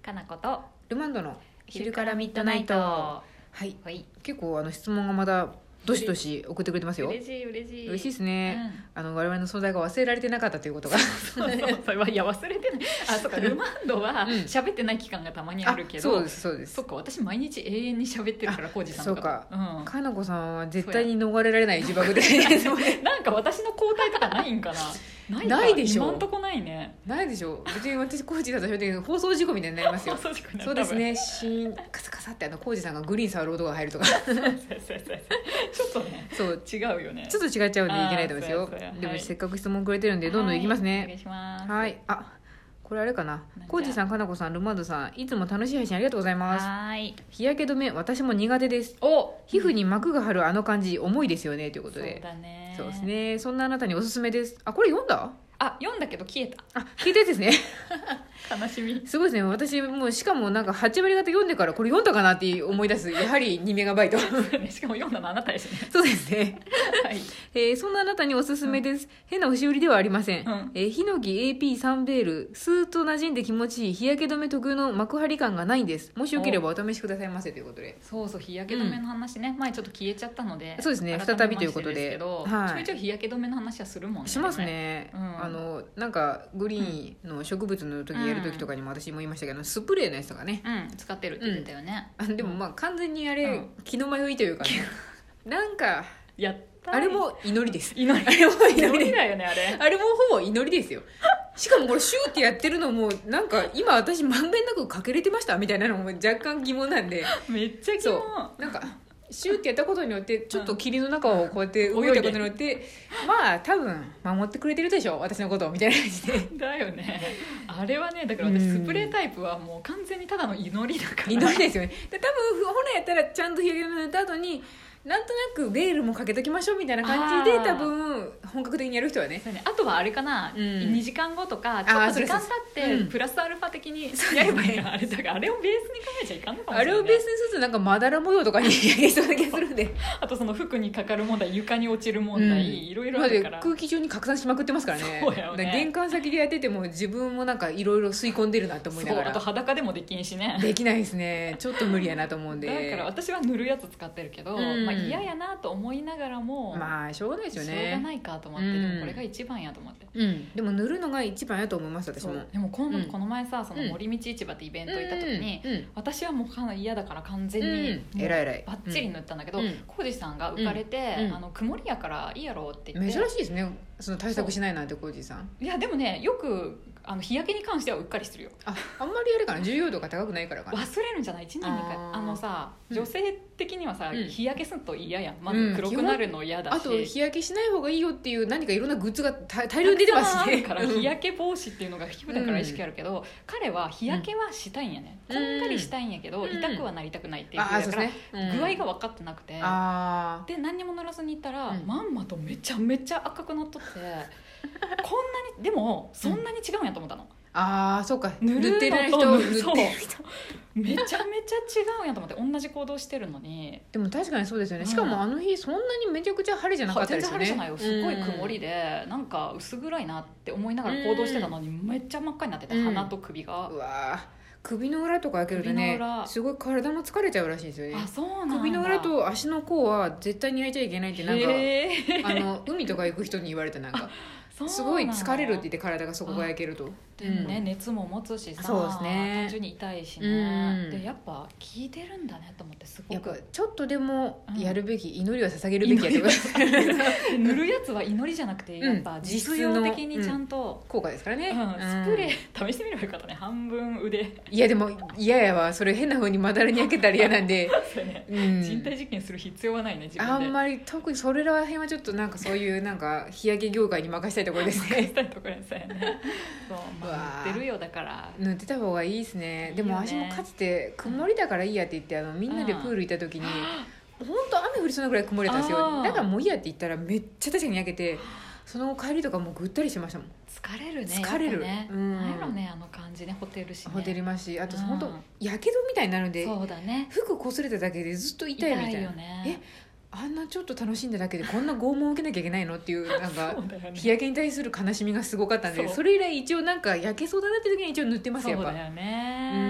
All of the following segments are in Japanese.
かなことルマンドの昼からミッドナイト。はい、 はい、 結構質問がまだどしどし送ってくれてますよ。 嬉しいですね、我々の存在が忘れられてなかったということがそういや忘れてないそうかルマンドは喋ってない期間がたまにあるけど、 そうです。 そっか、私毎日永遠に喋ってるから、コウジさんとか。 そうか、かなこさんは絶対に逃れられない呪縛でなんか私の交代とかないんかな。 ないでしょ。 今んとこないね。 ないでしょ。別に私コウジさんと喋ってるけど放送事故みたいになりますよ。そうですね。シーンカサカサってコウジさんがグリーン触る音が入るとかちょっとね、そう違うよね。 ちょっと違っちゃうんでいけないと思いますよ。でもせっかく質問くれてるんでどんどんいきますね。 お願いします。 はい。これあれかな。コウジさん、かなこさん、ルマンドさん、いつも楽しい配信ありがとうございます。 はい。 日焼け止め私も苦手です。皮膚に膜が張るあの感じ重いですよねということで。 そうだね。 そうですね。そんなあなたにおすすめです。これ読んだ？ 読んだけど消えた。 消えたやつですね。 悲しみ。すごいですね。私もしかもなんか8割方読んでからこれ読んだかなって思い出す。やはり2メガバイト。 しかも読んだのあなたですね。 そうですね。はい。そんなあなたにおすすめです。変な押し売りではありません。ヒノキ AP サンベール、スーッと馴染んで気持ちいい日焼け止め特有の膜張り感がないんです。もしよければお試しくださいませということで。 そう日焼け止めの話ね、前ちょっと消えちゃったので。 そうですね。再びということで。 ちょいちょい日焼け止めの話はするもんね。 しますね。なんかグリーンの植物の時やる時とかにも私も言いましたけど、スプレーのやつとかね、 使ってるって言ってたよね。 でも完全にあれ、気の迷いというかね、なんかやったあれも祈りです。 祈りだよね。 あれもほぼ祈りですよ。しかもこれシューってやってるのもなんか今私まんべんなくかけれてましたみたいなのも若干疑問なんで、 めっちゃ疑問。 なんかシューってやったことによってちょっと霧の中をこうやって動いたことによってまあ多分守ってくれてるでしょ私のことをみたいな感じで。 だよね。あれはね、だから私スプレータイプはもう完全にただの祈りだから。 祈りですよね。で多分本来やったらちゃんと日焼け止め塗った後になんとなくベールもかけときましょうみたいな感じで多分本格的にやる人はね。 あとはあれかな、2時間後とかちょっと時間経ってプラスアルファ的にやればいいな。あれだからあれをベースに考えちゃいかんのかもしれない。 あれをベースにするとなんかまだら模様とかに焼けそうな気がするんであとその服にかかる問題、床に落ちる問題、いろいろあるから、 空気中に拡散しまくってますからね。 そうやよね。 玄関先でやってても自分もなんかいろいろ吸い込んでるなと思いながら。 あと裸でもできんしね。 できないですね。ちょっと無理やなと思うんで。 だから私は塗るやつ使ってるけど、嫌やなと思いながらもしょうがないですよね。 しょうがないかと思って、でもこれが一番やと思って、 でも塗るのが一番やと思います私も。 でもこの前さ、その森道市場ってイベント行った時に、私はもうかなり嫌だから完全に偉いバッチリ塗ったんだけど、浩二さんが浮かれて、曇りやからいいやろって言って。 珍しいですね、その対策しないなんて浩二さん。 いやでもね、よく日焼けに関してはうっかりするよ。 あんまりあれかな、重要度が高くないからかな。 忘れるんじゃない？1年2回さ、女性的にはさ、日焼けすると嫌やん。まず黒くなるの嫌だし、 あと日焼けしない方がいいよっていう何かいろんなグッズが大量に出てますしね。 から日焼け防止っていうのが皮膚だから意識あるけど、彼は日焼けはしたいんやね。こんがりしたいんやけど、痛くはなりたくないっていう風だから、具合が分かってなくて、で何にも塗らずにいったら、まんまとめちゃめちゃ赤くなっとってこんなに、でもそんなに違うんやと思ったの。 そうか、 塗ってる人塗ってる人めちゃめちゃ違うんやと思って。同じ行動してるのに。 でも確かにそうですよね。しかもあの日そんなにめちゃくちゃ晴れじゃなかったですよね。 全然晴れじゃないよ。すごい曇りで、なんか薄暗いなって思いながら行動してたのに、めっちゃ真っ赤になってて、鼻と首が。 うわ首の裏とか開けるとね、すごい体も疲れちゃうらしいですよね。 そうなんだ。 首の裏と足の甲は絶対に焼いちゃいけないってなんか海とか行く人に言われた。なんかすごい疲れるって言って、体がそこが焼けると。 でもね、熱も持つしさ、 そうですね、 単純に痛いしね、でやっぱ効いてるんだねと思って。すごくやっぱちょっとでもやるべき、祈りは捧げるべきやとか塗るやつは祈りじゃなくて、やっぱ実用的にちゃんと、 効果ですからね。 スプレー試してみればよかったね。半分腕。 いやでも嫌やわ、それ変な風にまだらに焼けたら嫌なんで人体実験する必要はないね、自分で。 あんまり特にそれら辺はちょっとなんかそういうなんか日焼け業界に任せたいところですね。 任せたいところですよね。そう、塗ってるよ。だから塗ってた方がいいですね。でも私もかつて曇りだからいいやって言ってみんなでプール行った時に本当雨降りそうなぐらい曇れたんですよ。だからもういいやって言ったらめっちゃ確かに焼けて、その帰りとかもうぐったりしましたもん。 疲れるね。 疲れるね。なんやろね、あの感じね。ホテルしね。 ホテルますし、あと本当やけどみたいになるんで、 そうだね。 服擦れただけでずっと痛いみたいな。 痛いよね。 あんなちょっと楽しんだだけでこんな拷問を受けなきゃいけないのっていうなんか日焼けに対する悲しみがすごかったんで、それ以来一応なんか焼けそうだなって時に一応塗ってます。やっぱそうだよね。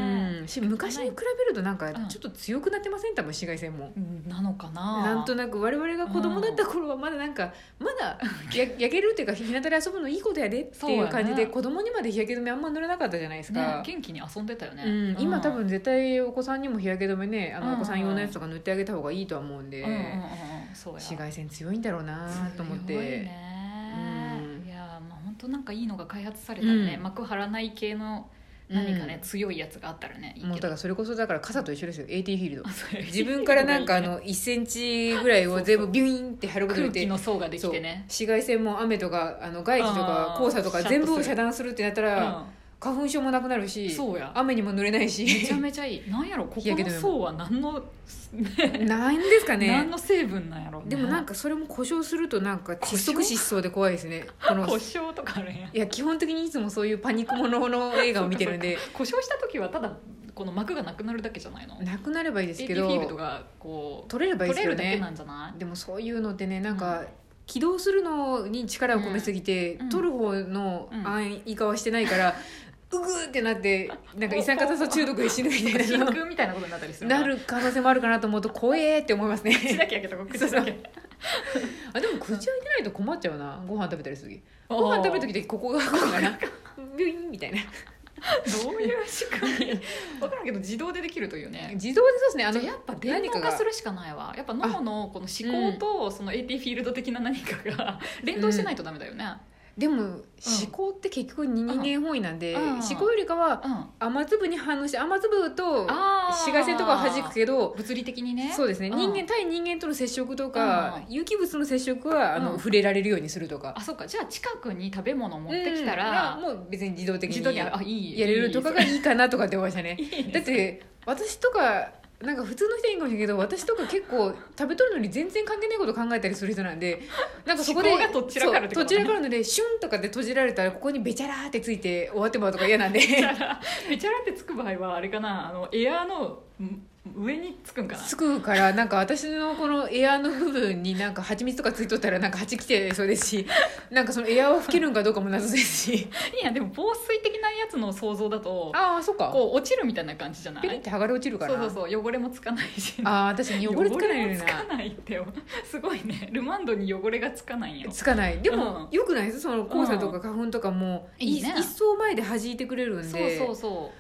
昔に比べるとなんかちょっと強くなってません？多分紫外線も、 なのかな。 なんとなく我々が子供だった頃はまだなんか、まだ焼けるっていうか日向で遊ぶのいいことやでっていう感じで、子供にまで日焼け止めあんま塗らなかったじゃないですか、 元気に遊んでたよね、 今多分絶対お子さんにも日焼け止めね、お子さん用のやつとか塗ってあげた方がいいとは思うんで、 そうや、 紫外線強いんだろうなと思って。 強いね、いやまあ本当なんかいいのが開発されたらね、膜張らない系の何かね、強いやつがあったらねいいけど、 もうだからそれこそだから傘と一緒ですよ、 AT フィールド自分からなんか1センチぐらいを全部ビューンって貼ることによって空気の層ができてね、 紫外線も雨とか外気とか黄砂とか全部を遮断するってなったら、花粉症もなくなるし、 そうや、 雨にも濡れないし、 めちゃめちゃいい。なんやろ、ここの層は何のなんですかね、 何の成分なんやろ、ね、 でもなんかそれも故障するとなんか窒息しそうで怖いですね。 故障とかあるんや。 いや基本的にいつもそういうパニックものの映画を見てるんで故障した時はただこの膜がなくなるだけじゃないの？ なくなればいいですけど、 AT フィールドがこう取れればいいですよね。 取れるだけなんじゃない？ でもそういうのってね、なんか、起動するのに力を込めすぎて、取る方の安易化はしてないから、うぐーってなってなんか一酸化炭素中毒で死ぬみたいな真空みたいなことになったりするなる可能性もあるかなと思うと怖えって思いますね。 口だけやけど口だけあ、でも口開いてないと困っちゃうな。ご飯食べたりする時、ご飯食べる時でここがこうかなビュインみたいなどういう仕組み分からんけど自動でできるというね。 自動でそうですね。 やっぱ電動化するしかないわ。やっぱ脳のこの思考とその AT フィールド的な何かが連動してないとダメだよね、 でも思考って結局人間本位なんで、思考よりかは雨粒に反応して雨粒と紫外線とかは弾くけど、 物理的にね、 そうですね、対人間との接触とか有機物の接触は触れられるようにするとか、 そうか、じゃあ近くに食べ物持ってきたら、 もう別に自動的にやいれるとかがいいかなとかって思いましたね。だって私とかなんか普通の人はいいかもしれないけど、私とか結構食べとるのに全然関係ないこと考えたりする人なんで、なんかそこで思考がとっちらかるってことね。 とっちらかるのでシュンとかで閉じられたらここにベチャラーってついて終わってもらうとか嫌なんでベチャラってつく場合はあれかな、エアーの上につくんかな、 つくから、なんか私のこのエアーの部分になんか蜂蜜とかついとったらなんか蜂来てそうですし、なんかそのエアーを吹けるんかどうかも謎ですしいやでも防水的なやつの想像だと、 そうか、 こう落ちるみたいな感じじゃない？ ピリって剥がれ落ちるから。 そう汚れもつかないし、 確かに汚れつかないよな。 汚れもつかないってよ、すごいね。ルマンドに汚れがつかないよ。 つかない。でも、よくないです？その黄砂とか花粉とかも一層前で弾いてくれるんで。 そう、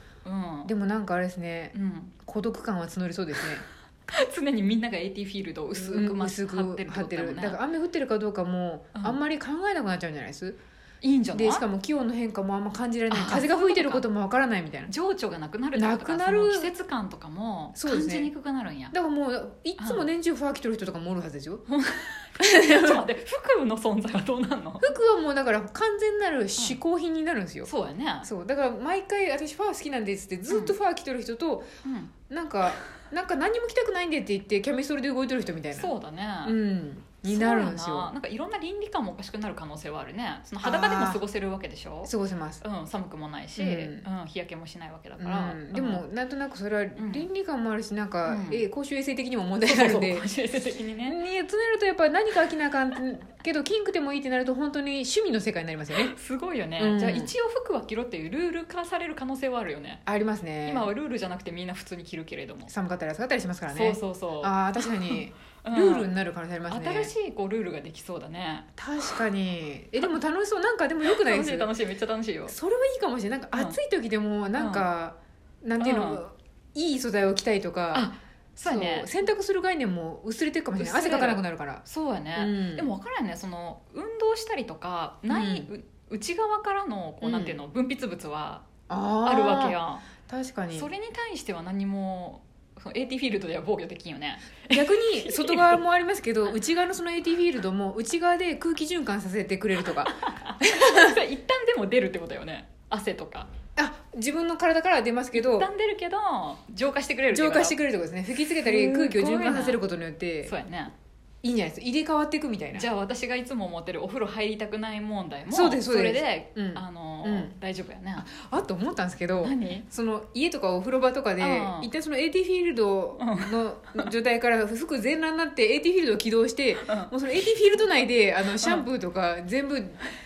でもなんかあれですね、孤独感は募りそうですね。 常にみんなが AT フィールドを薄く貼ってる、 だから雨降ってるかどうかもあんまり考えなくなっちゃうんじゃないです？ いいんじゃない？ でしかも気温の変化もあんま感じられない、風が吹いてることもわからないみたいな、 情緒がなくなるってことか、その季節感とかも感じにくくなるんや。 だからもういつも年中ファー着てる人とかもおるはずですよ。 ちょっと待って、服の存在はどうなんの？ 服はもうだから完全なる嗜好品になるんですよ。 そうやね。 そうだから毎回私ファー好きなんでっつってずっとファー着てる人と、なんか何も着たくないんでって言ってキャミソールで動いてる人みたいな。 そうだね、 になるんですよ。 なんかいろんな倫理観もおかしくなる可能性はあるね。その裸でも過ごせるわけでしょ。 過ごせます、 寒くもないし、日焼けもしないわけだから、 でもなんとなくそれは倫理観もあるし、なんか、公衆衛生的にも問題があるんで、 公衆衛生的にねとなるとやっぱり何か飽きなあかんけどキンクでもいいってなると本当に趣味の世界になりますよね。 すごいよね、じゃあ一応服は着ろっていうルール化される可能性はあるよね。 ありますね。 今はルールじゃなくてみんな普通に着るけれども、 寒かったり暑かったりしますからね。 そう確かにルールになる可能性ありますね。 新しいルールができそうだね。 確かに。でも楽しそう。なんかでもよくないです？ 楽しいめっちゃ楽しいよ。 それはいいかもしれない。なんか暑い時でもなんか、なんていうの、いい素材を着たいとか、そうね、洗濯する概念も薄れてるかもしれない。汗かかなくなるから。 そうやね、でも分からんね。その運動したりとか内側からのなんていうの、分泌物はあるわけや。 確かに。 それに対しては何もAT フィールドでは防御できんよね。 逆に外側もありますけど内側のその AT フィールドも内側で空気循環させてくれるとか一旦でも出るってことよね、汗とか。 自分の体からは出ますけど一旦出るけど浄化してくれるってことですね。吹きつけたり空気を循環させることによってそうやね、 いいんじゃないですか。入れ替わっていくみたいな。 じゃあ私がいつも思ってるお風呂入りたくない問題もそうですそれで、大丈夫やね。 と思ったんですけど、 何？ その家とかお風呂場とかで一旦その AT フィールドの状態から服全裸になって AT フィールドを起動して、もうその AT フィールド内でシャンプーとか全部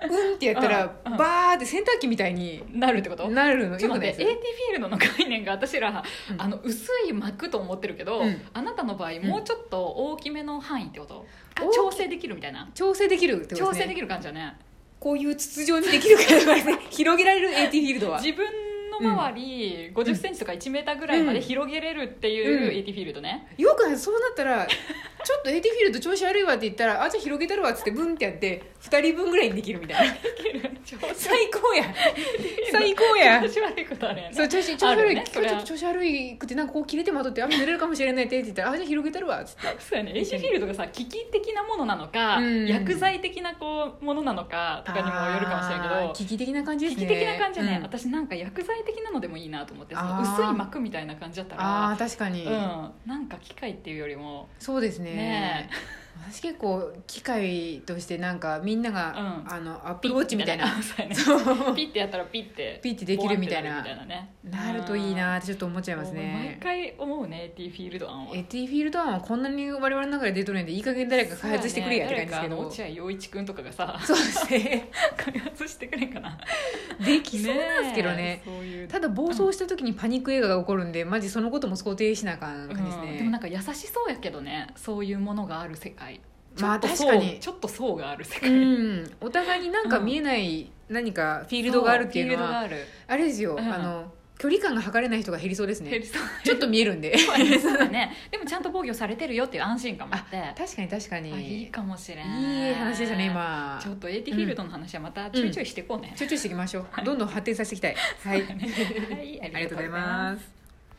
うんってやったら、バーって洗濯機みたいになるってこと？ なるの。 ちょっと待って、 よくない AT フィールドの概念が私ら、薄い膜と思ってるけど、あなたの場合もうちょっと大きめの範囲ってこと？調整できるみたいな。 調整できるってことですね。 調整できる感じだね。 こういう筒状にできるからね広げられる AT フィールドは自分の周り50センチとか1メーターぐらいまで広げれるっていう AT フィールドね。 よくない？そうなったらちょっと AT フィールド調子悪いわって言ったら、あ、じゃあ広げたるわっつってブンってやって2人分ぐらいにできるみたいな最高や最高や。 調子悪いことあるやね。 そう、調子悪い、今日ちょっと調子悪いくてなんかこう切れてまとって雨濡れるかもしれないって言ったら、あ、じゃあ広げたるわっつって。 そうやね。AT フィールドがさ、危機的なものなのか、薬剤的なこうものなのかとかにもよるかもしれないけど、 危機的な感じですね。 危機的な感じはね、私なんか薬剤的なのでもいいなと思って、その薄い膜みたいな感じだったら、 確かに、 なんか機械っていうよりもそうですね。私結構機械としてなんかみんなが、アップルウォッチみたいなピッてやったらピッてできるみたいな、 なるといいなってちょっと思っちゃいますね。 毎回思うね、AT フィールド案は。 AT フィールド案はこんなに我々の中で出とるんで、いい加減誰か開発してくれやって感じですけど、 落合陽一君とかがさ、 そうですね開発してくれんかな。 できそうなんですけどね。ただ暴走した時にパニック映画が起こるんで、マジそのことも想定しなあかん感じですね。 でもなんか優しそうやけどね、そういうものがある世界。 まあ確かにちょっと層がある世界、 お互いになんか見えない何かフィールドがあるっていうのは、あれですよ、距離感が測れない人が減りそうですね。ちょっと見えるんでそうだね。でもちゃんと防御されてるよっていう安心感もあって、 確かに確かにいいかもしれん。いい話でしたね今。 ちょっと AT フィールドの話はまたちょいちょいしていこうね。 ちょいちょいしていきましょう。どんどん発展させていきたい。はい、 はい、 ありがとうございます。